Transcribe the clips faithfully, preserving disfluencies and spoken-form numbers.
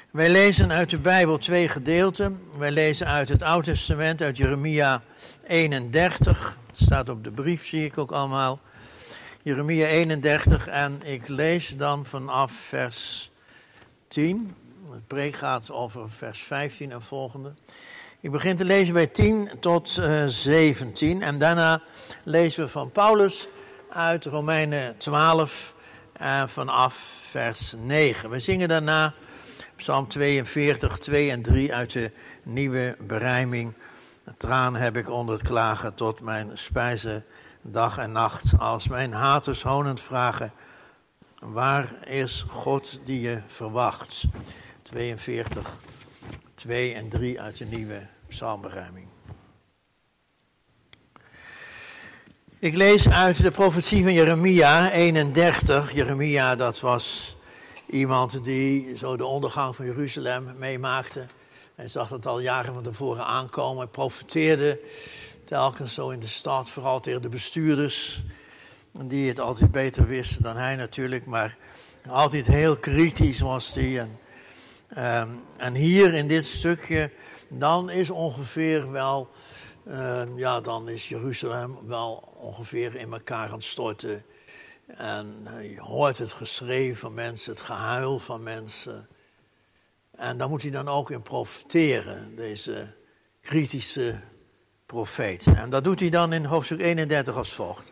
Wij lezen uit de Bijbel twee gedeelten. Wij lezen uit het Oude Testament, uit Jeremia eenendertig. Staat op de brief, zie ik ook allemaal. Jeremia eenendertig en ik lees dan vanaf vers tien. Het preek gaat over vers vijftien en volgende. Ik begin te lezen bij tien tot uh, zeventien. En daarna lezen we van Paulus uit Romeinen twaalf en vanaf vers negen. We zingen daarna Psalm tweeënveertig, twee en drie uit de nieuwe berijming. Traan heb ik onder het klagen tot mijn spijze dag en nacht. Als mijn haters honend vragen, waar is God die je verwacht? tweeënveertig, twee en drie uit de nieuwe psalmberijming. Ik lees uit de profetie van Jeremia eenendertig. Jeremia, dat was iemand die zo de ondergang van Jeruzalem meemaakte. Hij zag het al jaren van tevoren aankomen. Hij profeteerde telkens zo in de stad, vooral tegen de bestuurders. Die het altijd beter wisten dan hij natuurlijk. Maar altijd heel kritisch was hij. En, um, en hier in dit stukje, dan is ongeveer wel, uh, ja dan is Jeruzalem wel ongeveer in elkaar aan het storten. En je hoort het geschreeuw van mensen, het gehuil van mensen. En daar moet hij dan ook in profiteren, deze kritische profeet. En dat doet hij dan in hoofdstuk eenendertig als volgt.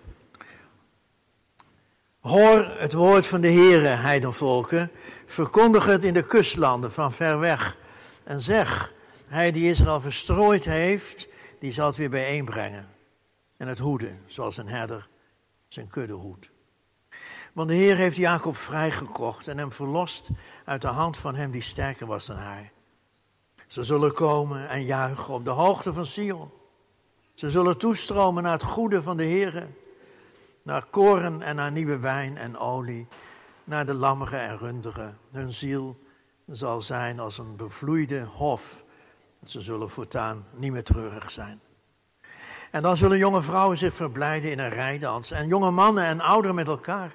Hoor het woord van de Heere, heidenvolken. Verkondig het in de kustlanden van ver weg. En zeg, hij die Israël verstrooid heeft, die zal het weer bijeenbrengen. En het hoeden, zoals een herder zijn kudde hoedt. Want de Heer heeft Jacob vrijgekocht en hem verlost uit de hand van hem die sterker was dan hij. Ze zullen komen en juichen op de hoogte van Sion. Ze zullen toestromen naar het goede van de Heer, naar koren en naar nieuwe wijn en olie, naar de lammeren en runderen. Hun ziel zal zijn als een bevloeide hof. Ze zullen voortaan niet meer treurig zijn. En dan zullen jonge vrouwen zich verblijden in een rijdans en jonge mannen en ouderen met elkaar.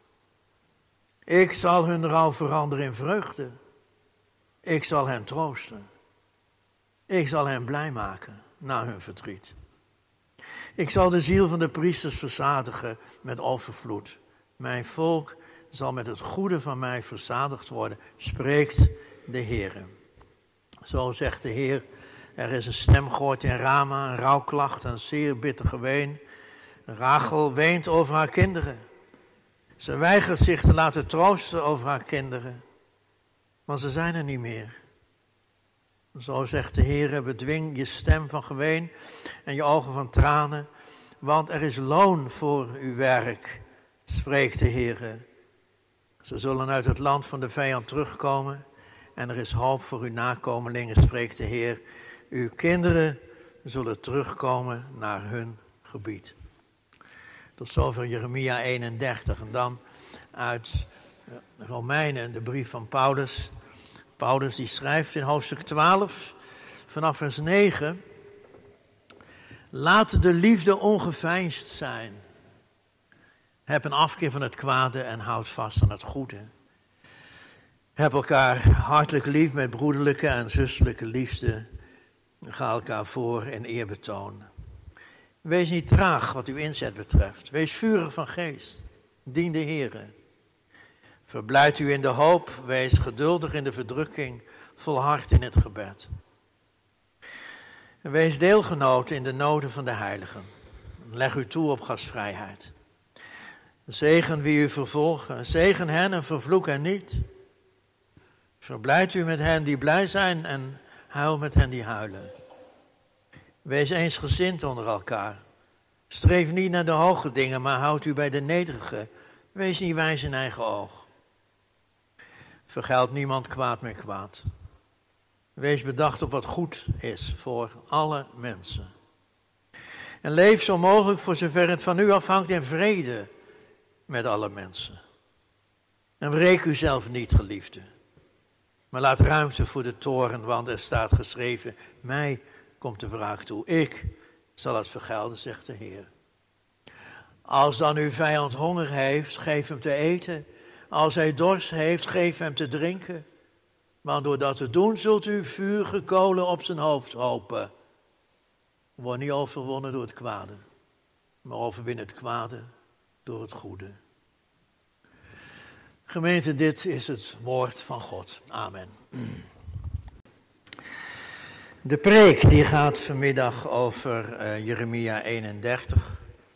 Ik zal hun rouw veranderen in vreugde. Ik zal hen troosten. Ik zal hen blij maken na hun verdriet. Ik zal de ziel van de priesters verzadigen met overvloed. Mijn volk zal met het goede van mij verzadigd worden, spreekt de Heer. Zo zegt de Heer, er is een stem gehoord in Rama, een rouwklacht, een zeer bitter geween. Rachel weent over haar kinderen. Ze weigert zich te laten troosten over haar kinderen, want ze zijn er niet meer. Zo zegt de Heer, bedwing je stem van geween en je ogen van tranen, want er is loon voor uw werk, spreekt de Heer. Ze zullen uit het land van de vijand terugkomen en er is hoop voor uw nakomelingen, spreekt de Heer. Uw kinderen zullen terugkomen naar hun gebied. Tot zover Jeremia eenendertig. En dan uit Romeinen, de brief van Paulus. Paulus die schrijft in hoofdstuk twaalf, vanaf vers negen. Laat de liefde ongeveinsd zijn. Heb een afkeer van het kwade en houd vast aan het goede. Heb elkaar hartelijk lief met broederlijke en zusterlijke liefde. Ga elkaar voor in eerbetoon. Wees niet traag wat uw inzet betreft. Wees vurig van geest. Dien de Heere. Verblijd u in de hoop. Wees geduldig in de verdrukking. Volhard in het gebed. En wees deelgenoot in de noden van de heiligen. Leg u toe op gastvrijheid. Zegen wie u vervolgen. Zegen hen en vervloek hen niet. Verblijd u met hen die blij zijn en huil met hen die huilen. Wees eensgezind onder elkaar. Streef niet naar de hoge dingen, maar houd u bij de nederige. Wees niet wijs in eigen oog. Vergeld niemand kwaad met kwaad. Wees bedacht op wat goed is voor alle mensen. En leef zo mogelijk voor zover het van u afhangt in vrede met alle mensen. En wreek u zelf niet, geliefde. Maar laat ruimte voor de toorn, want er staat geschreven, mij komt de wraak toe. Ik zal het vergelden, zegt de Heer. Als dan uw vijand honger heeft, geef hem te eten. Als hij dorst heeft, geef hem te drinken. Want door dat te doen zult u vurige kolen op zijn hoofd hopen. Word niet overwonnen door het kwade, maar overwin het kwade door het goede. Gemeente, dit is het woord van God. Amen. De preek die gaat vanmiddag over uh, Jeremia eenendertig.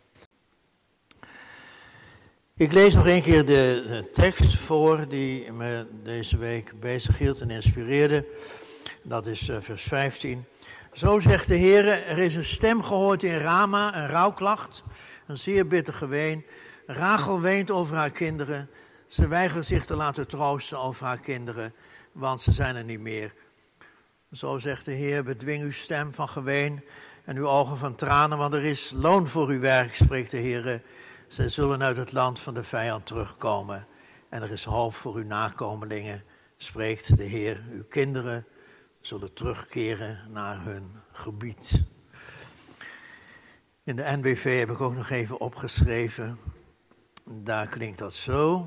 Ik lees nog een keer de, de tekst voor die me deze week bezig hield en inspireerde. Dat is uh, vers vijftien. Zo zegt de Heer, er is een stem gehoord in Rama, een rouwklacht, een zeer bitter geween. Rachel weent over haar kinderen. Ze weigert zich te laten troosten over haar kinderen, want ze zijn er niet meer. Zo zegt de Heer, bedwing uw stem van geween en uw ogen van tranen, want er is loon voor uw werk, spreekt de Heer. Zij zullen uit het land van de vijand terugkomen en er is hoop voor uw nakomelingen, spreekt de Heer. Uw kinderen zullen terugkeren naar hun gebied. In de N B V heb ik ook nog even opgeschreven, daar klinkt dat zo.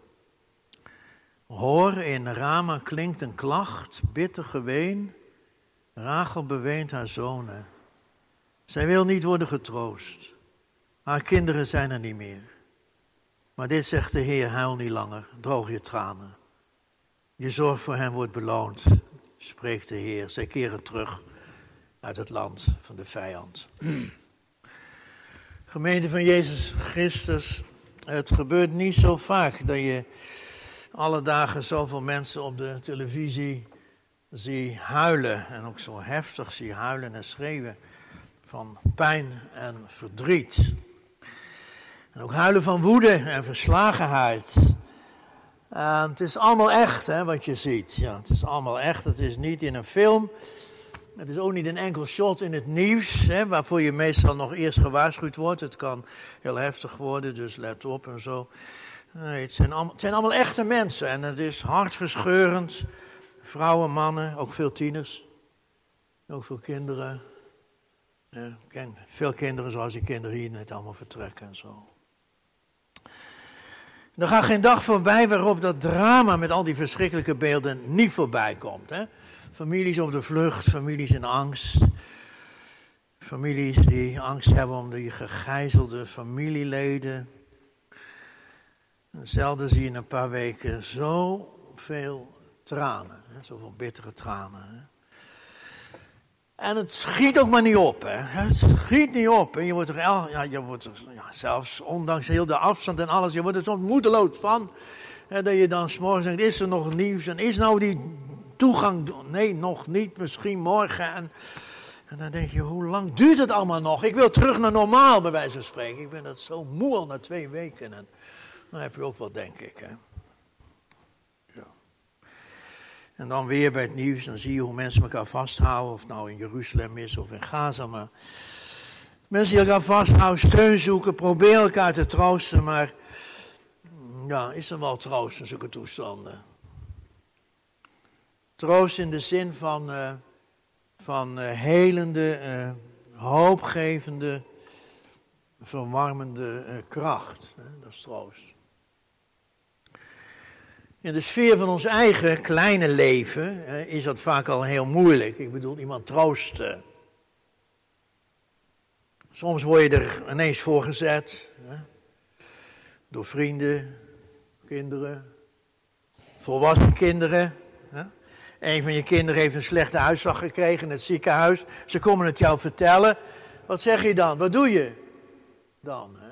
Hoor, in Rama klinkt een klacht, bitter geween. Rachel beweent haar zonen. Zij wil niet worden getroost. Haar kinderen zijn er niet meer. Maar dit zegt de Heer, huil niet langer, droog je tranen. Je zorg voor hen wordt beloond, spreekt de Heer. Zij keren terug uit het land van de vijand. Gemeente van Jezus Christus, het gebeurt niet zo vaak dat je alle dagen zoveel mensen op de televisie zie huilen. En ook zo heftig zie huilen en schreeuwen van pijn en verdriet. En ook huilen van woede en verslagenheid. En het is allemaal echt, hè, wat je ziet. Ja, het is allemaal echt. Het is niet in een film. Het is ook niet een enkel shot in het nieuws, hè, waarvoor je meestal nog eerst gewaarschuwd wordt. Het kan heel heftig worden, dus let op en zo. Nee, het zijn, allemaal, het zijn allemaal echte mensen en het is hartverscheurend. Vrouwen, mannen, ook veel tieners. Ook veel kinderen. Ja, ken veel kinderen zoals die kinderen hier net allemaal vertrekken en zo. Er gaat geen dag voorbij waarop dat drama met al die verschrikkelijke beelden niet voorbij komt. Hè? Families op de vlucht, families in angst. Families die angst hebben om die gegijzelde familieleden. Zelden zie je in een paar weken zoveel tranen, hè? Zoveel bittere tranen. Hè? En het schiet ook maar niet op, hè. Het schiet niet op. En je wordt er, ja, je wordt er ja, zelfs ondanks heel de afstand en alles, je wordt er soms moedeloos van. Hè, dat je dan 's morgens denkt, is er nog nieuws? En is nou die toegang? Nee, nog niet, misschien morgen. En, en dan denk je, hoe lang duurt het allemaal nog? Ik wil terug naar normaal, bij wijze van spreken. Ik ben dat zo moe al na twee weken. En dan heb je ook wel, denk ik, hè. En dan weer bij het nieuws, dan zie je hoe mensen elkaar vasthouden. Of het nou in Jeruzalem is of in Gaza. Maar mensen die elkaar vasthouden, steun zoeken, proberen elkaar te troosten. Maar ja, is er wel troost in zulke toestanden? Troost in de zin van, uh, van uh, helende, uh, hoopgevende, verwarmende uh, kracht. Hè? Dat is troost. In de sfeer van ons eigen kleine leven eh, is dat vaak al heel moeilijk. Ik bedoel, iemand troosten. Soms word je er ineens voor gezet. Hè? Door vrienden, kinderen, volwassen kinderen. Hè? Een van je kinderen heeft een slechte uitslag gekregen in het ziekenhuis. Ze komen het jou vertellen. Wat zeg je dan? Wat doe je dan? Hè?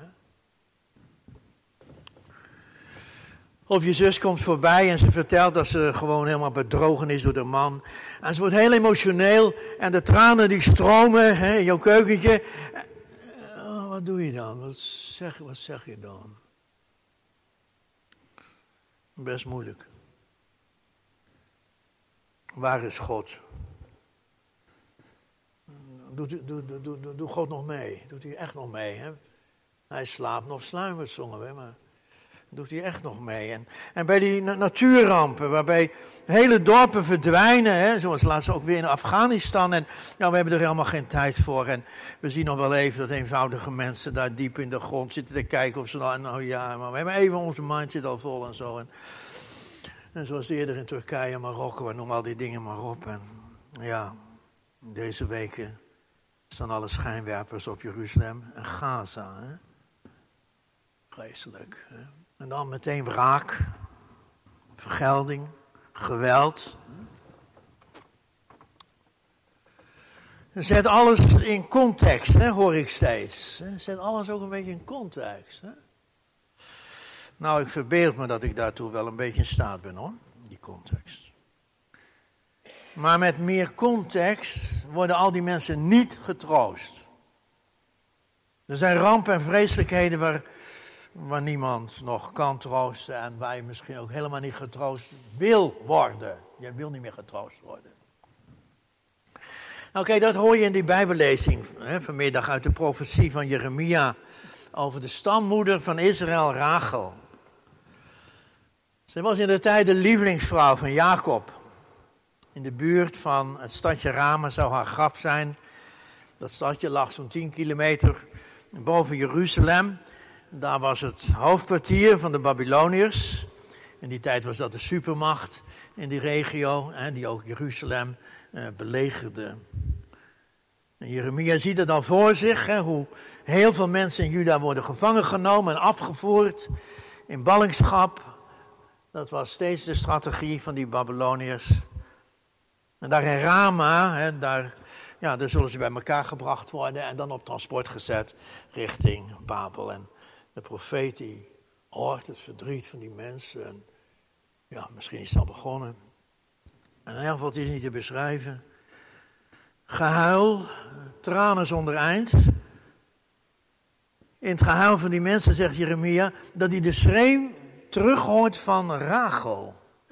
Of je zus komt voorbij en ze vertelt dat ze gewoon helemaal bedrogen is door de man. En ze wordt heel emotioneel en de tranen die stromen hè, in jouw keukentje. Oh, wat doe je dan? Wat zeg, wat zeg je dan? Best moeilijk. Waar is God? Doet, doet, doet, doet, doet God nog mee? Doet hij echt nog mee? Hè? Hij slaapt nog, sluimert, zongen we, maar doet hij echt nog mee. En, en bij die na- natuurrampen, waarbij hele dorpen verdwijnen, hè, zoals laatst ook weer in Afghanistan. En nou, we hebben er helemaal geen tijd voor. En we zien nog wel even dat eenvoudige mensen daar diep in de grond zitten te kijken of ze nou, nou ja, maar we hebben even onze mind zit al vol en zo. En En zoals eerder in Turkije, Marokko, we noemen al die dingen maar op. En ja, deze weken staan alle schijnwerpers op Jeruzalem en Gaza. Hè? Vreselijk. Hè? En dan meteen wraak, vergelding, geweld. Zet alles in context, hè, hoor ik steeds. Zet alles ook een beetje in context. Hè? Nou, ik verbeeld me dat ik daartoe wel een beetje in staat ben, hoor. Die context. Maar met meer context worden al die mensen niet getroost. Er zijn rampen en vreselijkheden waar, waar niemand nog kan troosten. En waar je misschien ook helemaal niet getroost wil worden. Je wil niet meer getroost worden. Oké, okay, dat hoor je in die bijbellezing hè, vanmiddag uit de profetie van Jeremia over de stammoeder van Israël, Rachel. Ze was in de tijd de lievelingsvrouw van Jacob. In de buurt van het stadje Rama zou haar graf zijn. Dat stadje lag zo'n tien kilometer boven Jeruzalem. Daar was het hoofdkwartier van de Babyloniërs. In die tijd was dat de supermacht in die regio, hè, die ook Jeruzalem eh, belegerde. En Jeremia ziet het dan voor zich, hè, hoe heel veel mensen in Juda worden gevangen genomen en afgevoerd in ballingschap. Dat was steeds de strategie van die Babyloniërs. En daar in Rama, hè, daar, ja, daar zullen ze bij elkaar gebracht worden en dan op transport gezet richting Babel. En de profeet die hoort het verdriet van die mensen. En ja, misschien is het al begonnen. En in ieder geval, het is niet te beschrijven. Gehuil, tranen zonder eind. In het gehuil van die mensen zegt Jeremia dat hij de schreeuw terug hoort van Rachel.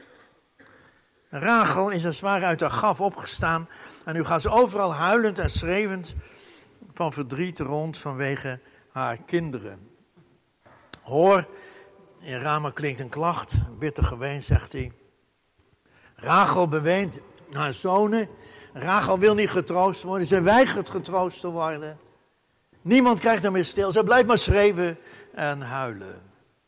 Rachel is als het ware uit haar graf opgestaan. En nu gaat ze overal huilend en schreeuwend van verdriet rond vanwege haar kinderen. Hoor, in Rama klinkt een klacht, bitter geween, zegt hij. Rachel beweent haar zonen. Rachel wil niet getroost worden. Ze weigert getroost te worden. Niemand krijgt haar meer stil. Ze blijft maar schreeuwen en huilen.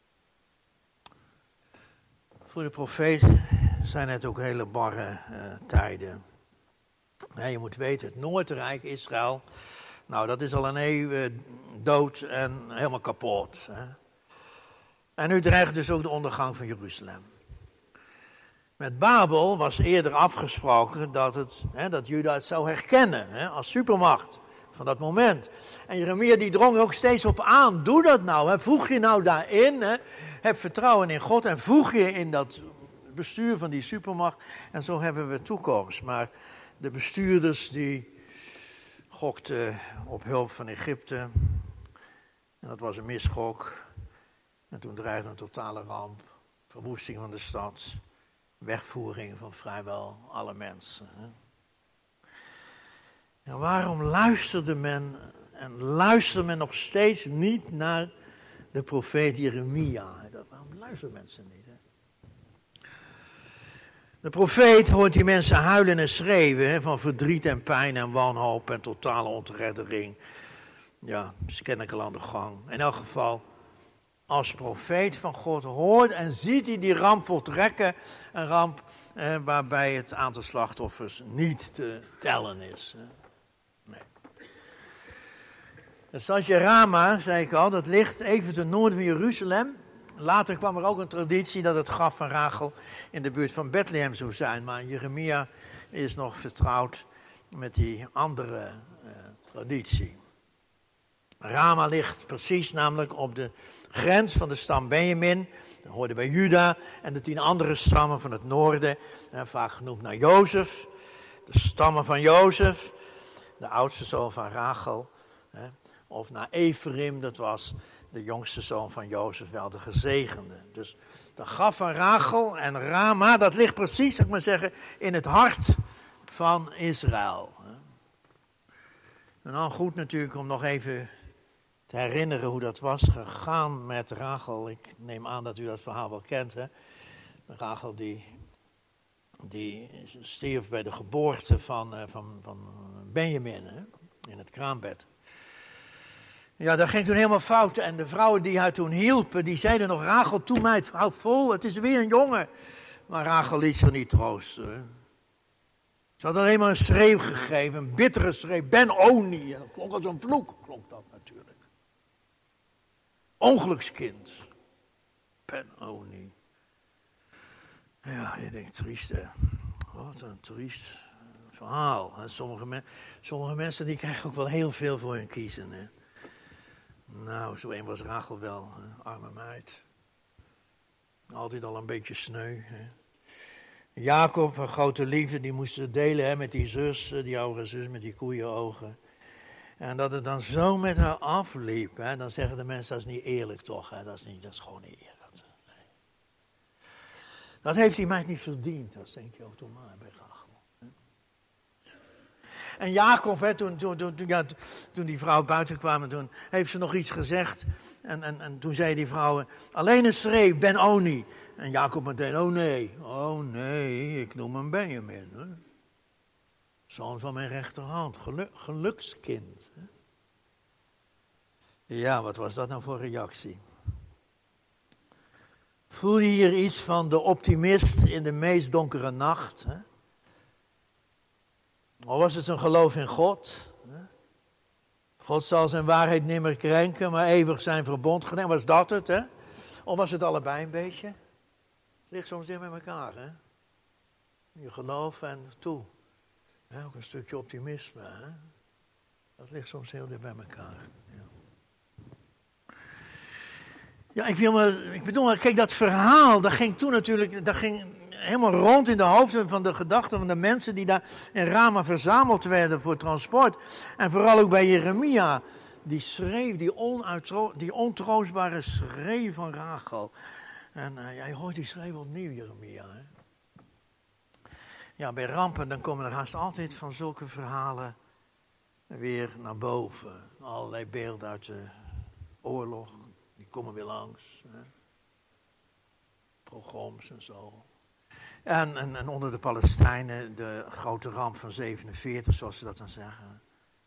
Voor de profeet zijn het ook hele barre uh, tijden. Nee, je moet weten, het Noordrijk, Israël, nou dat is al een eeuw uh, dood en helemaal kapot. Hè. En nu dreigt dus ook de ondergang van Jeruzalem. Met Babel was eerder afgesproken dat, het, hè, dat Juda het zou herkennen hè, als supermacht van dat moment. En Jeremia die drong er ook steeds op aan. Doe dat nou. Hè. Voeg je nou daarin. Hè. Heb vertrouwen in God en voeg je in dat bestuur van die supermacht. En zo hebben we toekomst. Maar de bestuurders die gokten op hulp van Egypte. En dat was een misgok. En toen dreigde een totale ramp. Verwoesting van de stad. Wegvoering van vrijwel alle mensen. Hè. En waarom luisterde men en luistert men nog steeds niet naar de profeet Jeremia? Waarom luisteren mensen niet? Hè? De profeet hoort die mensen huilen en schreeuwen hè, van verdriet en pijn en wanhoop en totale ontreddering. Ja, dat is kennelijk al aan de gang. In elk geval, als profeet van God hoort en ziet hij die ramp voltrekken. Een ramp eh, waarbij het aantal slachtoffers niet te tellen is. Hè. Nee. Het stadje Rama, zei ik al, dat ligt even ten noorden van Jeruzalem. Later kwam er ook een traditie dat het graf van Rachel in de buurt van Bethlehem zou zijn. Maar Jeremia is nog vertrouwd met die andere uh, traditie. Rama ligt precies namelijk op de grens van de stam Benjamin. Dat hoorde bij Juda en de tien andere stammen van het noorden. Uh, vaak genoemd naar Jozef. De stammen van Jozef, de oudste zoon van Rachel. Uh, of naar Ephraim, dat was de jongste zoon van Jozef, wel de gezegende. Dus de graf van Rachel en Rama, dat ligt precies, zou ik maar zeggen, in het hart van Israël. En dan goed natuurlijk om nog even te herinneren hoe dat was gegaan met Rachel. Ik neem aan dat u dat verhaal wel kent. Hè? Rachel die, die stierf bij de geboorte van, van, van Benjamin, hè? In het kraambed. Ja, dat ging toen helemaal fout. En de vrouwen die haar toen hielpen, die zeiden nog, Rachel, toe meid, hou vol, het is weer een jongen. Maar Rachel liet zich niet troosten. Ze had alleen maar een schreeuw gegeven, een bittere schreeuw. Ben-Oni. En dat klonk als een vloek, klonk dat natuurlijk. Ongelukskind. Ben-Oni. Ja, je denkt triest, hè. Wat een triest verhaal. En sommige, me- sommige mensen die krijgen ook wel heel veel voor hun kiezen, hè. Nou, zo een was Rachel wel, hè? Arme meid. Altijd al een beetje sneu, hè. Jacob, een grote liefde, die moest het delen, hè, met die zus, die oudere zus met die koeienogen. En dat het dan zo met haar afliep, hè, dan zeggen de mensen, dat is niet eerlijk toch, hè? Dat, is niet, dat is gewoon niet eerlijk. Nee. Dat heeft die meid niet verdiend, dat denk je automatisch bij Rachel. Hè. En Jacob, hè, toen, toen, toen, ja, toen die vrouw buiten kwamen, toen heeft ze nog iets gezegd. En, en, en toen zei die vrouw, alleen een schreeuw, Ben-Oni. En Jacob meteen, oh nee, oh nee, ik noem hem Benjamin. Hè. Zoon van mijn rechterhand, geluk, gelukskind. Hè. Ja, wat was dat nou voor reactie? Voel je hier iets van de optimist in de meest donkere nacht? Hè? Of was het een geloof in God? Hè? God zal zijn waarheid nimmer krenken, maar eeuwig zijn verbond genemen. Was dat het, hè? Of was het allebei een beetje? Het ligt soms dicht met elkaar, hè? Je geloof en toe. Hè? Ook een stukje optimisme, hè? Dat ligt soms heel dicht bij elkaar. Ja, ja ik, wil me, ik bedoel, kijk, dat verhaal, dat ging toen natuurlijk, dat ging helemaal rond in de hoofden van de gedachten van de mensen die daar in Rama verzameld werden voor transport. En vooral ook bij Jeremia, die schreef, die, onuitro- die ontroostbare schreeuw van Rachel. En uh, jij hoort die schreeuw opnieuw, Jeremia. Hè? Ja, bij rampen dan komen er haast altijd van zulke verhalen weer naar boven. Allerlei beelden uit de oorlog, die komen weer langs. Hè? Pogroms en zo. En, en, en onder de Palestijnen de grote ramp van zevenenveertig, zoals ze dat dan zeggen.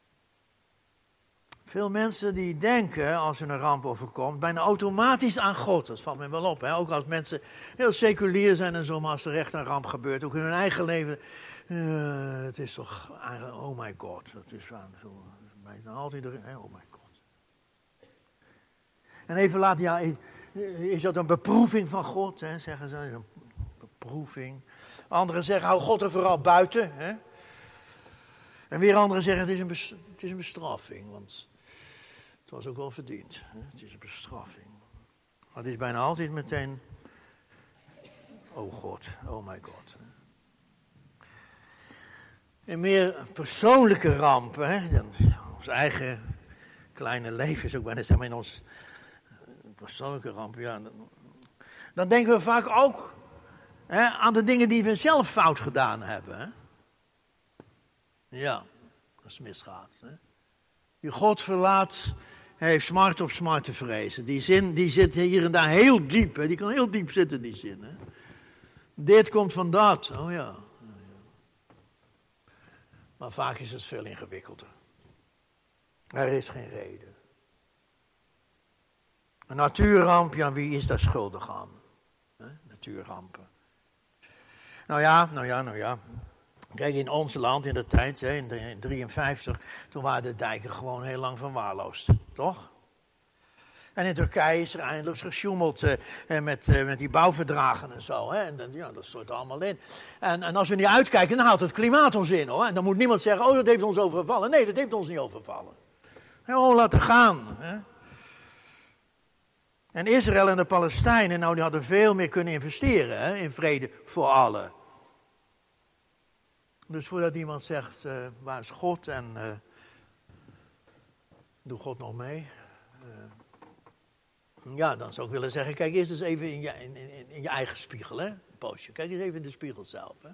Veel mensen die denken, als er een ramp overkomt, bijna automatisch aan God. Dat valt mij wel op. Hè? Ook als mensen heel seculier zijn en zo, maar als er echt een ramp gebeurt, ook in hun eigen leven. Uh, het is toch, oh my god. Dat is zo, bijna altijd erin, hè? Oh my god. En even later, ja, is dat een beproeving van God, hè? Zeggen ze, een beproeving. Anderen zeggen, hou God er vooral buiten. Hè? En weer anderen zeggen, het is, een bes- het is een bestraffing, want het was ook wel verdiend. Hè? Het is een bestraffing. Maar het is bijna altijd meteen, oh God, oh my God. En meer persoonlijke rampen, hè? Ons eigen kleine leven is ook bijna, zeg maar, in ons persoonlijke rampen, ja. Dan denken we vaak ook, hè, aan de dingen die we zelf fout gedaan hebben. Hè? Ja, als het misgaat. Hè? Die God verlaat, heeft smart op smart te vrezen. Die zin die zit hier en daar heel diep. Hè? Die kan heel diep zitten, die zin. Hè? Dit komt van dat. Oh ja. Maar vaak is het veel ingewikkelder. Er is geen reden. Een natuurramp, ja, wie is daar schuldig aan? Hè? Natuurrampen. Nou ja, nou ja, nou ja. Kijk, in ons land in de tijd, hè, in negentien drieënvijftig, toen waren de dijken gewoon heel lang verwaarloosd, toch? En in Turkije is er eindeloos gesjoemeld eh, met, eh, met die bouwverdragen en zo. Hè? En dan, ja, dat stort allemaal in. En, en als we niet uitkijken, dan houdt het klimaat ons in, hoor. En dan moet niemand zeggen, oh, dat heeft ons overvallen. Nee, dat heeft ons niet overvallen. Gewoon laten gaan, hè? En Israël en de Palestijnen, nou, die hadden veel meer kunnen investeren, hè, in vrede voor allen. Dus voordat iemand zegt, uh, waar is God en uh, doe God nog mee? Uh, ja, dan zou ik willen zeggen, kijk eerst eens even in je, in, in, in je eigen spiegel, hè, een poosje. Kijk eens even in de spiegel zelf, hè.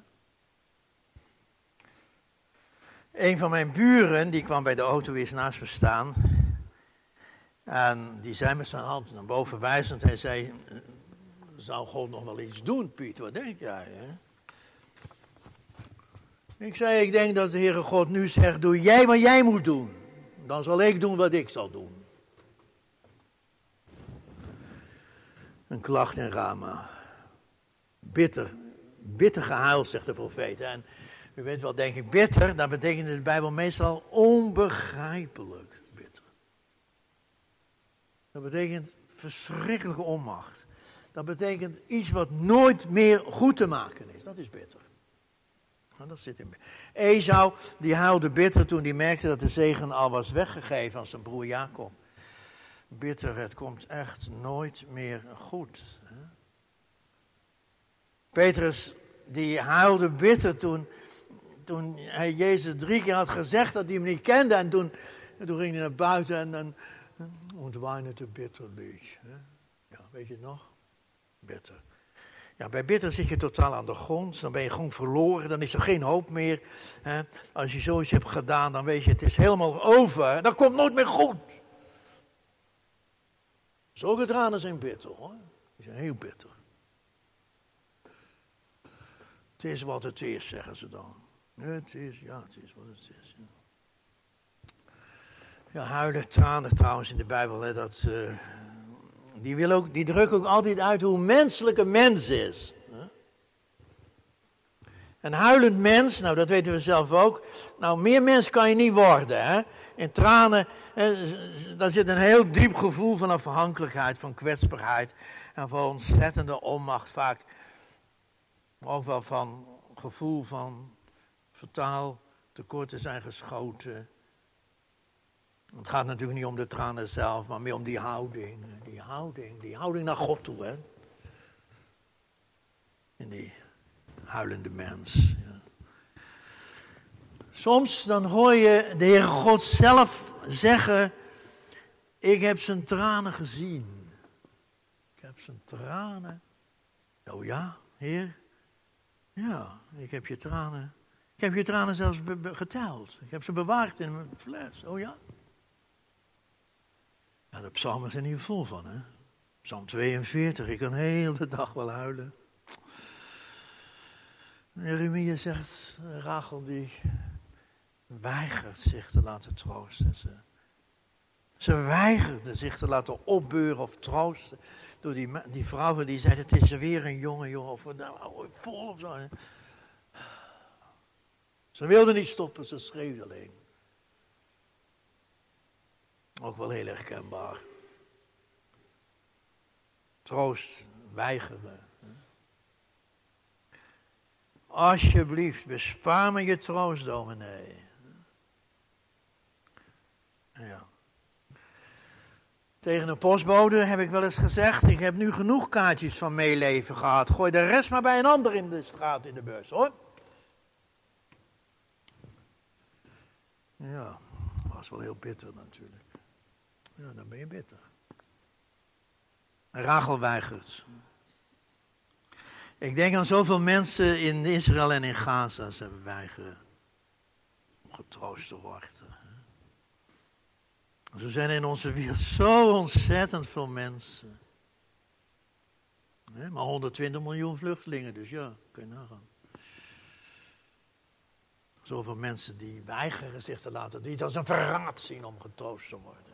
Een van mijn buren, die kwam bij de auto eens naast me staan. En die zei met zijn hand naar boven wijzend, hij zei, zou God nog wel iets doen, Piet? Wat denk jij, hè? Ik zei, ik denk dat de Heere God nu zegt, doe jij wat jij moet doen. Dan zal ik doen wat ik zal doen. Een klacht in Rama. Bitter, bitter gehuild, zegt de profeet. En u weet wel, denk ik, bitter, dat betekent in de Bijbel meestal onbegrijpelijk bitter. Dat betekent verschrikkelijke onmacht. Dat betekent iets wat nooit meer goed te maken is. Dat is bitter. Nou, dat zit in. Esau, die huilde bitter toen hij merkte dat de zegen al was weggegeven aan zijn broer Jacob. Bitter, het komt echt nooit meer goed. Hè? Petrus, die huilde bitter toen, toen hij Jezus drie keer had gezegd dat hij hem niet kende. En toen, toen ging hij naar buiten en dan ontweinete bitterlich. Ja, weet je het nog? Bitter. Ja, bij bitter zit je totaal aan de grond. Dan ben je gewoon verloren. Dan is er geen hoop meer. Hè? Als je zoiets hebt gedaan, dan weet je, het is helemaal over. Dat komt nooit meer goed. Zulke tranen zijn bitter, hoor. Die zijn heel bitter. Het is wat het is, zeggen ze dan. Het is, ja, het is wat het is. Ja, ja huilen, tranen trouwens in de Bijbel, hè, dat... Uh, Die, wil ook, die drukt ook altijd uit hoe menselijk een mens is. Een huilend mens, nou dat weten we zelf ook. Nou, meer mens kan je niet worden. Hè? In tranen, daar zit een heel diep gevoel van afhankelijkheid, van kwetsbaarheid. En van ontzettende onmacht vaak. Ook wel van gevoel van fataal tekort te zijn geschoten. Het gaat natuurlijk niet om de tranen zelf, maar meer om die houding. Die houding, die houding naar God toe, hè. En die huilende mens. Ja. Soms dan hoor je de Heere God zelf zeggen, ik heb zijn tranen gezien. Ik heb zijn tranen. Oh ja, Heer? Ja, ik heb je tranen. Ik heb je tranen zelfs be- be- geteld. Ik heb ze bewaard in mijn fles. Oh ja? Ja, de psalmen zijn hier vol van, hè. Psalm tweeënveertig, ik kan heel de dag wel huilen. Jeremia zegt, Rachel die weigert zich te laten troosten. Ze, ze weigerde zich te laten opbeuren of troosten. Door die, die vrouwen die zeiden, het is weer een jonge jongen of nou, vol of zo. Ze wilde niet stoppen, ze schreeuwde alleen. Ook wel heel herkenbaar. Troost, weigeren. Alsjeblieft, bespaar me je troost, dominee. Ja. Tegen een postbode heb ik wel eens gezegd, ik heb nu genoeg kaartjes van meeleven gehad. Gooi de rest maar bij een ander in de straat in de bus, hoor. Ja, dat was wel heel bitter natuurlijk. Ja, dan ben je bitter. Rachel weigert. Ik denk aan zoveel mensen in Israël en in Gaza, ze weigeren om getroost te worden. Zo zijn in onze wereld zo ontzettend veel mensen. Maar honderdtwintig miljoen vluchtelingen, dus ja, kun je nagaan. Zoveel mensen die weigeren zich te laten, die het als een verraad zien om getroost te worden.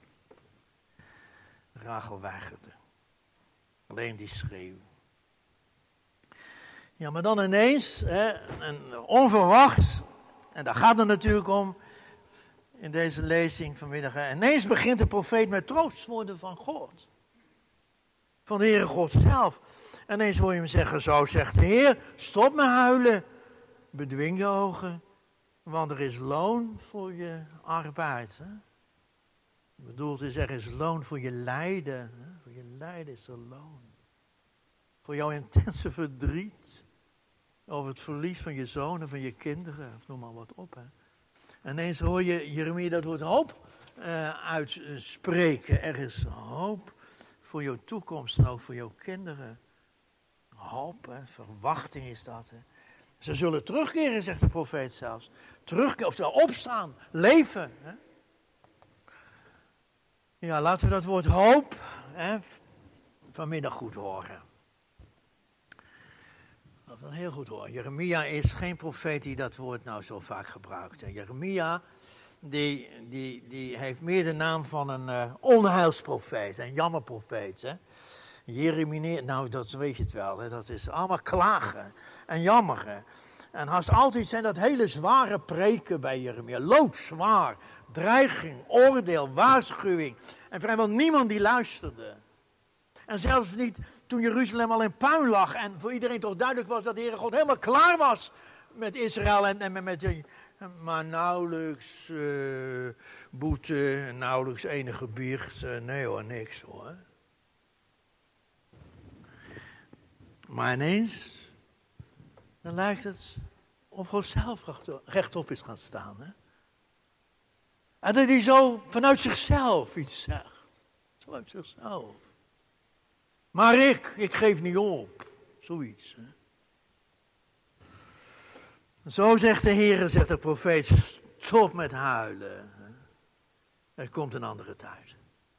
Rachel weigerde. Alleen die schreeuw. Ja, maar dan ineens, hè, en onverwachts, en daar gaat het natuurlijk om in deze lezing vanmiddag. Hè, ineens begint de profeet met troostwoorden van God. Van de Heere God zelf. En ineens hoor je hem zeggen, zo zegt de Heer, stop met huilen. Bedwing je ogen, want er is loon voor je arbeid. Hè? Bedoeld is, er is loon voor je lijden. Hè? Voor je lijden is er loon. Voor jouw intense verdriet. Over het verlies van je zoon en van je kinderen. Of noem maar wat op. Hè? En ineens hoor je Jeremia dat woord hoop uh, uitspreken. Er is hoop voor jouw toekomst en ook voor jouw kinderen. Hoop, hè? Verwachting is dat. Hè? Ze zullen terugkeren, zegt de profeet zelfs. Terugkeren, oftewel opstaan, leven. Hè? Ja, laten we dat woord hoop hè, vanmiddag goed horen. Laten we dat heel goed horen. Jeremia is geen profeet die dat woord nou zo vaak gebruikt. Hè. Jeremia, die, die, die heeft meer de naam van een uh, onheilsprofeet, een jammerprofeet. Hè. Jeremia, nou dat weet je het wel, hè? Dat is allemaal klagen en jammeren. En haast altijd zijn dat hele zware preken bij Jeremia. Loodzwaar, dreiging, oordeel, waarschuwing. En vrijwel niemand die luisterde. En zelfs niet toen Jeruzalem al in puin lag en voor iedereen toch duidelijk was dat de Heere God helemaal klaar was met Israël en, en met, met maar nauwelijks uh, boete, nauwelijks enige biecht, uh, nee hoor, niks hoor. Maar ineens, dan lijkt het of God zelf rechtop is gaan staan. Hè? En dat hij zo vanuit zichzelf iets zegt. Zo uit zichzelf. Maar ik, ik geef niet op. Zoiets. Hè? Zo zegt de Heer, zegt de profeet, stop met huilen. Er komt een andere tijd.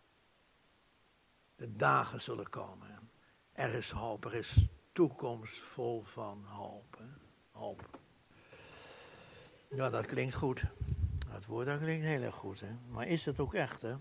De dagen zullen komen. Er is hoop, er is toekomst vol van hoop. Hè? Hoop. Ja, dat klinkt goed. Dat woord dat klinkt heel erg goed. Hè? Maar is het ook echt, hè?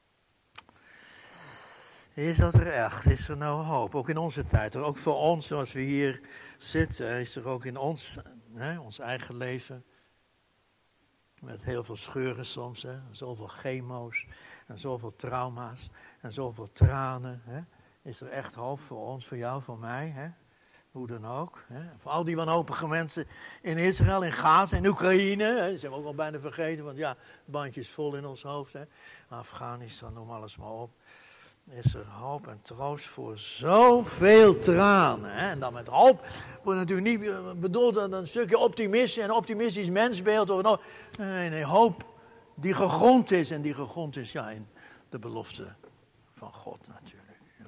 Is dat er echt? Is er nou hoop? Ook in onze tijd. Ook voor ons, zoals we hier zitten, is er ook in ons, hè, ons eigen leven. Met heel veel scheuren soms, hè? Zoveel chemo's en zoveel trauma's en zoveel tranen. Hè? Is er echt hoop voor ons, voor jou, voor mij? Hè? Hoe dan ook. Hè? Voor al die wanhopige mensen in Israël, in Gaza, in Oekraïne. Hè? Dat zijn we ook al bijna vergeten, want ja, het bandje is vol in ons hoofd. Hè? Afghanistan, noem alles maar op. Is er hoop en troost voor zoveel tranen. Hè? En dan met hoop wordt natuurlijk niet bedoeld dat een stukje optimisme en optimistisch mensbeeld. Of no, nee, nee, hoop die gegrond is. En die gegrond is ja, in de belofte van God natuurlijk. Ja.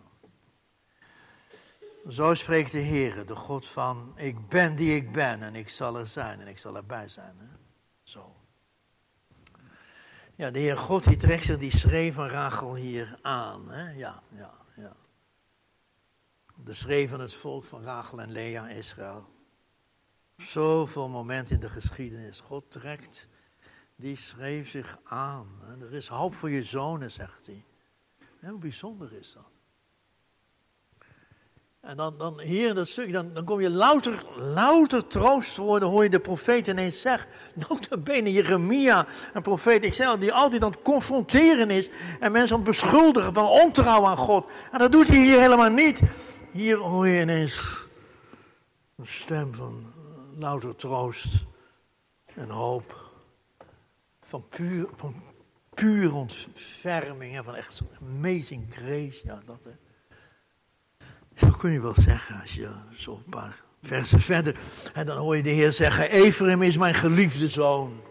Zo spreekt de Heer, de God van ik ben die ik ben en ik zal er zijn en ik zal erbij zijn. Hè? Zo. Ja, de Heer God die trekt zich die schree van Rachel hier aan. Hè? Ja, ja, ja. De schree van het volk van Rachel en Lea, Israël. Zoveel momenten in de geschiedenis. God trekt die schree zich aan. Hè? Er is hoop voor je zonen, zegt hij. Hè, hoe bijzonder is dat? En dan, dan hier in dat stuk, dan, dan kom je louter, louter troostwoorden, hoor je de profeet ineens zeggen. Notabene Jeremia, een profeet, ik zei al, die altijd aan het confronteren is. En mensen aan het beschuldigen van ontrouw aan God. En dat doet hij hier helemaal niet. Hier hoor je ineens een stem van louter troost en hoop. Van puur, van puur ontferming, hè, van echt zo'n amazing grace. Ja, dat, hè. Zo kun je wel zeggen als je zo een paar versen verder. En dan hoor je de Heer zeggen, Ephraim is mijn geliefde zoon.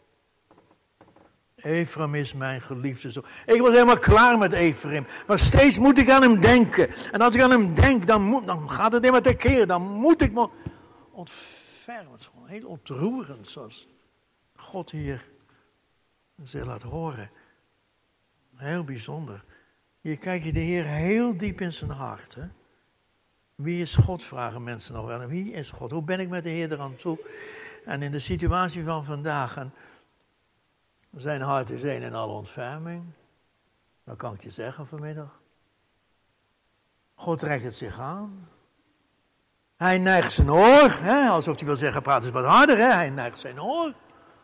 Ephraim is mijn geliefde zoon. Ik was helemaal klaar met Ephraim. Maar steeds moet ik aan hem denken. En als ik aan hem denk, dan, moet, dan gaat het helemaal tekeer. Dan moet ik me ontfermen. Het is gewoon heel ontroerend zoals God hier zich laat horen. Heel bijzonder. Hier kijk je de Heer heel diep in zijn hart, hè. Wie is God, vragen mensen nog wel. En wie is God? Hoe ben ik met de Heer eraan toe? En in de situatie van vandaag, en zijn hart is een en al ontferming. Dat kan ik je zeggen vanmiddag. God trekt het zich aan. Hij neigt zijn oor, hè, alsof hij wil zeggen, praat eens wat harder. Hè. Hij neigt zijn oor.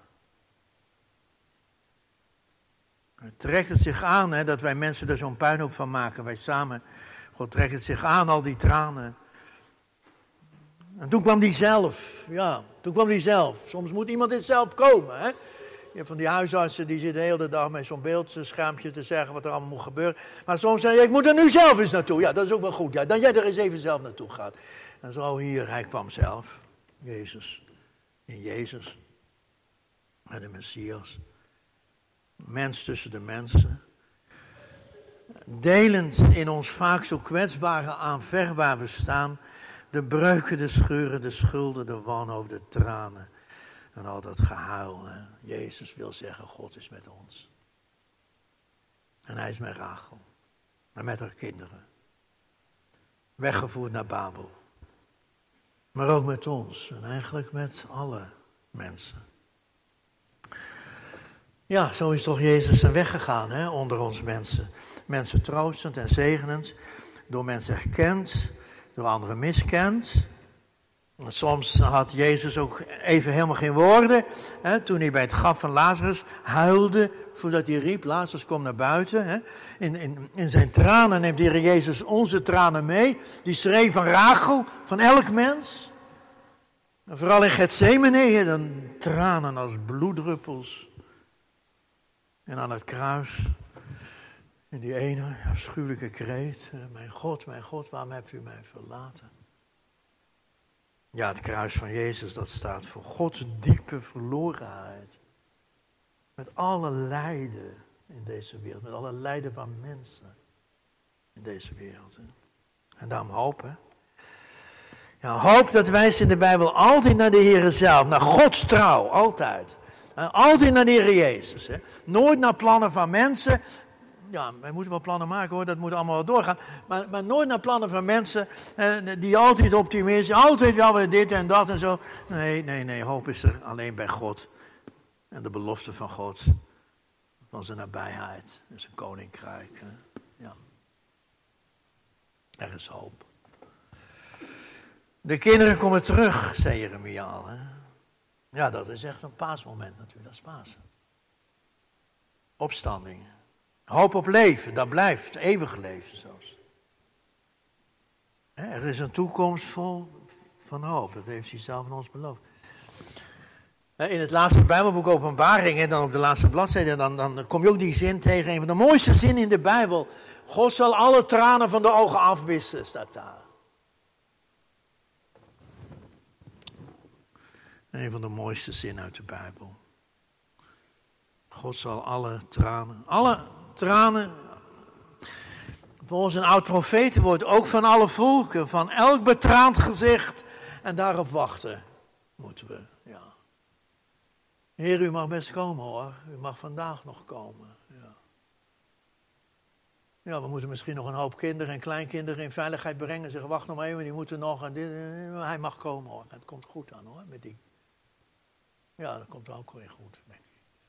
Hij trekt het zich aan, hè, dat wij mensen er zo'n puinhoop van maken, wij samen. God trekt het zich aan, al die tranen. En toen kwam die zelf, ja, toen kwam die zelf. Soms moet iemand dit zelf komen, hè. Je hebt van die huisartsen, die zitten de hele dag met zo'n beeldschermpje te zeggen wat er allemaal moet gebeuren. Maar soms zeg je, ik moet er nu zelf eens naartoe. Ja, dat is ook wel goed, ja, dat jij er eens even zelf naartoe gaat. En zo hier, hij kwam zelf, Jezus, in Jezus, met de Messias. Mens tussen de mensen. Delend in ons vaak zo kwetsbare, aanvechtbaar bestaan. De breuken, de scheuren, de schulden, de wanhoop, de tranen. En al dat gehuil. Hè. Jezus wil zeggen, God is met ons. En hij is met Rachel. En met haar kinderen. Weggevoerd naar Babel. Maar ook met ons. En eigenlijk met alle mensen. Ja, zo is toch Jezus zijn weg gegaan, hè, onder ons mensen. Mensen troostend en zegenend. door mensen herkend, door anderen miskend. En soms had Jezus ook even helemaal geen woorden. Hè, toen hij bij het graf van Lazarus huilde, voordat hij riep, Lazarus kom naar buiten. Hè. In, in, in zijn tranen neemt de Heer Jezus onze tranen mee. Die schreeuw van Rachel, van elk mens. En vooral in Getsemane, dan tranen als bloeddruppels. En aan het kruis, in die ene afschuwelijke kreet. Mijn God, mijn God, waarom hebt u mij verlaten? Ja, het kruis van Jezus, dat staat voor Gods diepe verlorenheid. Met alle lijden in deze wereld, met alle lijden van mensen in deze wereld. Hè. En daarom hoop, hè. Ja, hoop, dat wijst in de Bijbel altijd naar de Heer zelf, naar Gods trouw, altijd. En altijd naar de Heer Jezus. Hè. Nooit naar plannen van mensen. Ja, wij moeten wel plannen maken hoor, dat moet allemaal wel doorgaan. Maar, maar nooit naar plannen van mensen eh, die altijd optimistisch, altijd wel weer dit en dat en zo. Nee, nee, nee, hoop is er alleen bij God. En de belofte van God, van zijn nabijheid en zijn koninkrijk. Hè. Ja. Er is hoop. De kinderen komen terug, zei Jeremia al. Hè. Ja, dat is echt een paasmoment natuurlijk, dat is Pasen. Opstanding. Hoop op leven, dat blijft, eeuwig leven zelfs. Er is een toekomst vol van hoop, dat heeft hij zelf aan ons beloofd. In het laatste Bijbelboek Openbaring, en dan op de laatste bladzijde, dan, dan kom je ook die zin tegen, een van de mooiste zinnen in de Bijbel. God zal alle tranen van de ogen afwissen, staat daar. Een van de mooiste zinnen uit de Bijbel. God zal alle tranen, alle tranen, volgens een oud profetenwoord, ook van alle volken, van elk betraand gezicht. En daarop wachten moeten we, ja. Heer, u mag best komen hoor, u mag vandaag nog komen. Ja, ja we moeten misschien nog een hoop kinderen en kleinkinderen in veiligheid brengen. Zeggen, wacht nog even, die moeten nog, en dit, hij mag komen hoor. Het komt goed aan hoor, met die. Ja, dat komt ook weer goed, denk ik.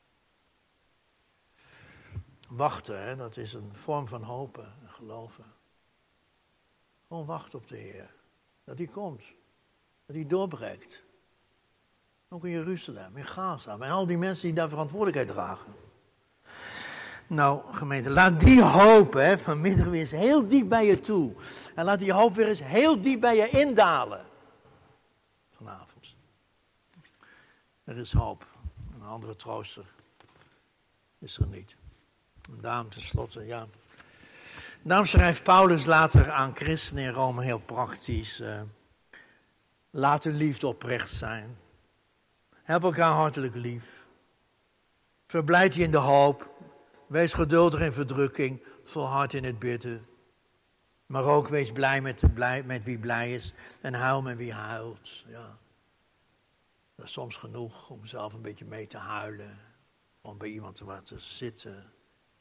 Wachten, hè, dat is een vorm van hopen en geloven. Gewoon wachten op de Heer. Dat hij komt. Dat hij doorbreekt. Ook in Jeruzalem, in Gaza. En al die mensen die daar verantwoordelijkheid dragen. Nou, gemeente, laat die hoop hè, vanmiddag weer eens heel diep bij je toe. En laat die hoop weer eens heel diep bij je indalen. Vanavond. Er is hoop. Een andere trooster is er niet. En daarom tenslotte, ja. Daarom schrijft Paulus later aan christenen in Rome heel praktisch. Uh, laat uw liefde oprecht zijn. Heb elkaar hartelijk lief. Verblijd je in de hoop. Wees geduldig in verdrukking. Volhard in het bidden. Maar ook wees blij met, blij met wie blij is. En huil met wie huilt. Ja. Dat is soms genoeg om zelf een beetje mee te huilen. Om bij iemand te laten zitten.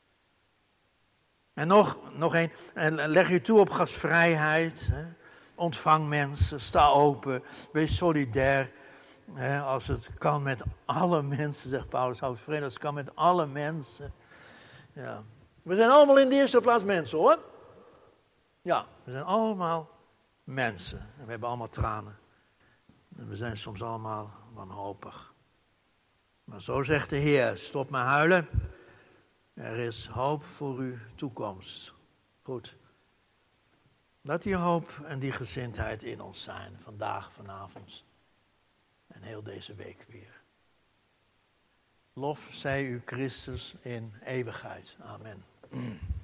En nog, nog een, leg je toe op gastvrijheid. Hè. Ontvang mensen, sta open, wees solidair. Hè, als het kan met alle mensen, zegt Paulus, houd vrede als het kan met alle mensen. Ja. We zijn allemaal in de eerste plaats mensen hoor. Ja, we zijn allemaal mensen. En we hebben allemaal tranen. En we zijn soms allemaal wanhopig. Maar zo zegt de Heer, stop met huilen. Er is hoop voor uw toekomst. Goed. Laat die hoop en die gezindheid in ons zijn. Vandaag, vanavond. En heel deze week weer. Lof zij u Christus in eeuwigheid. Amen.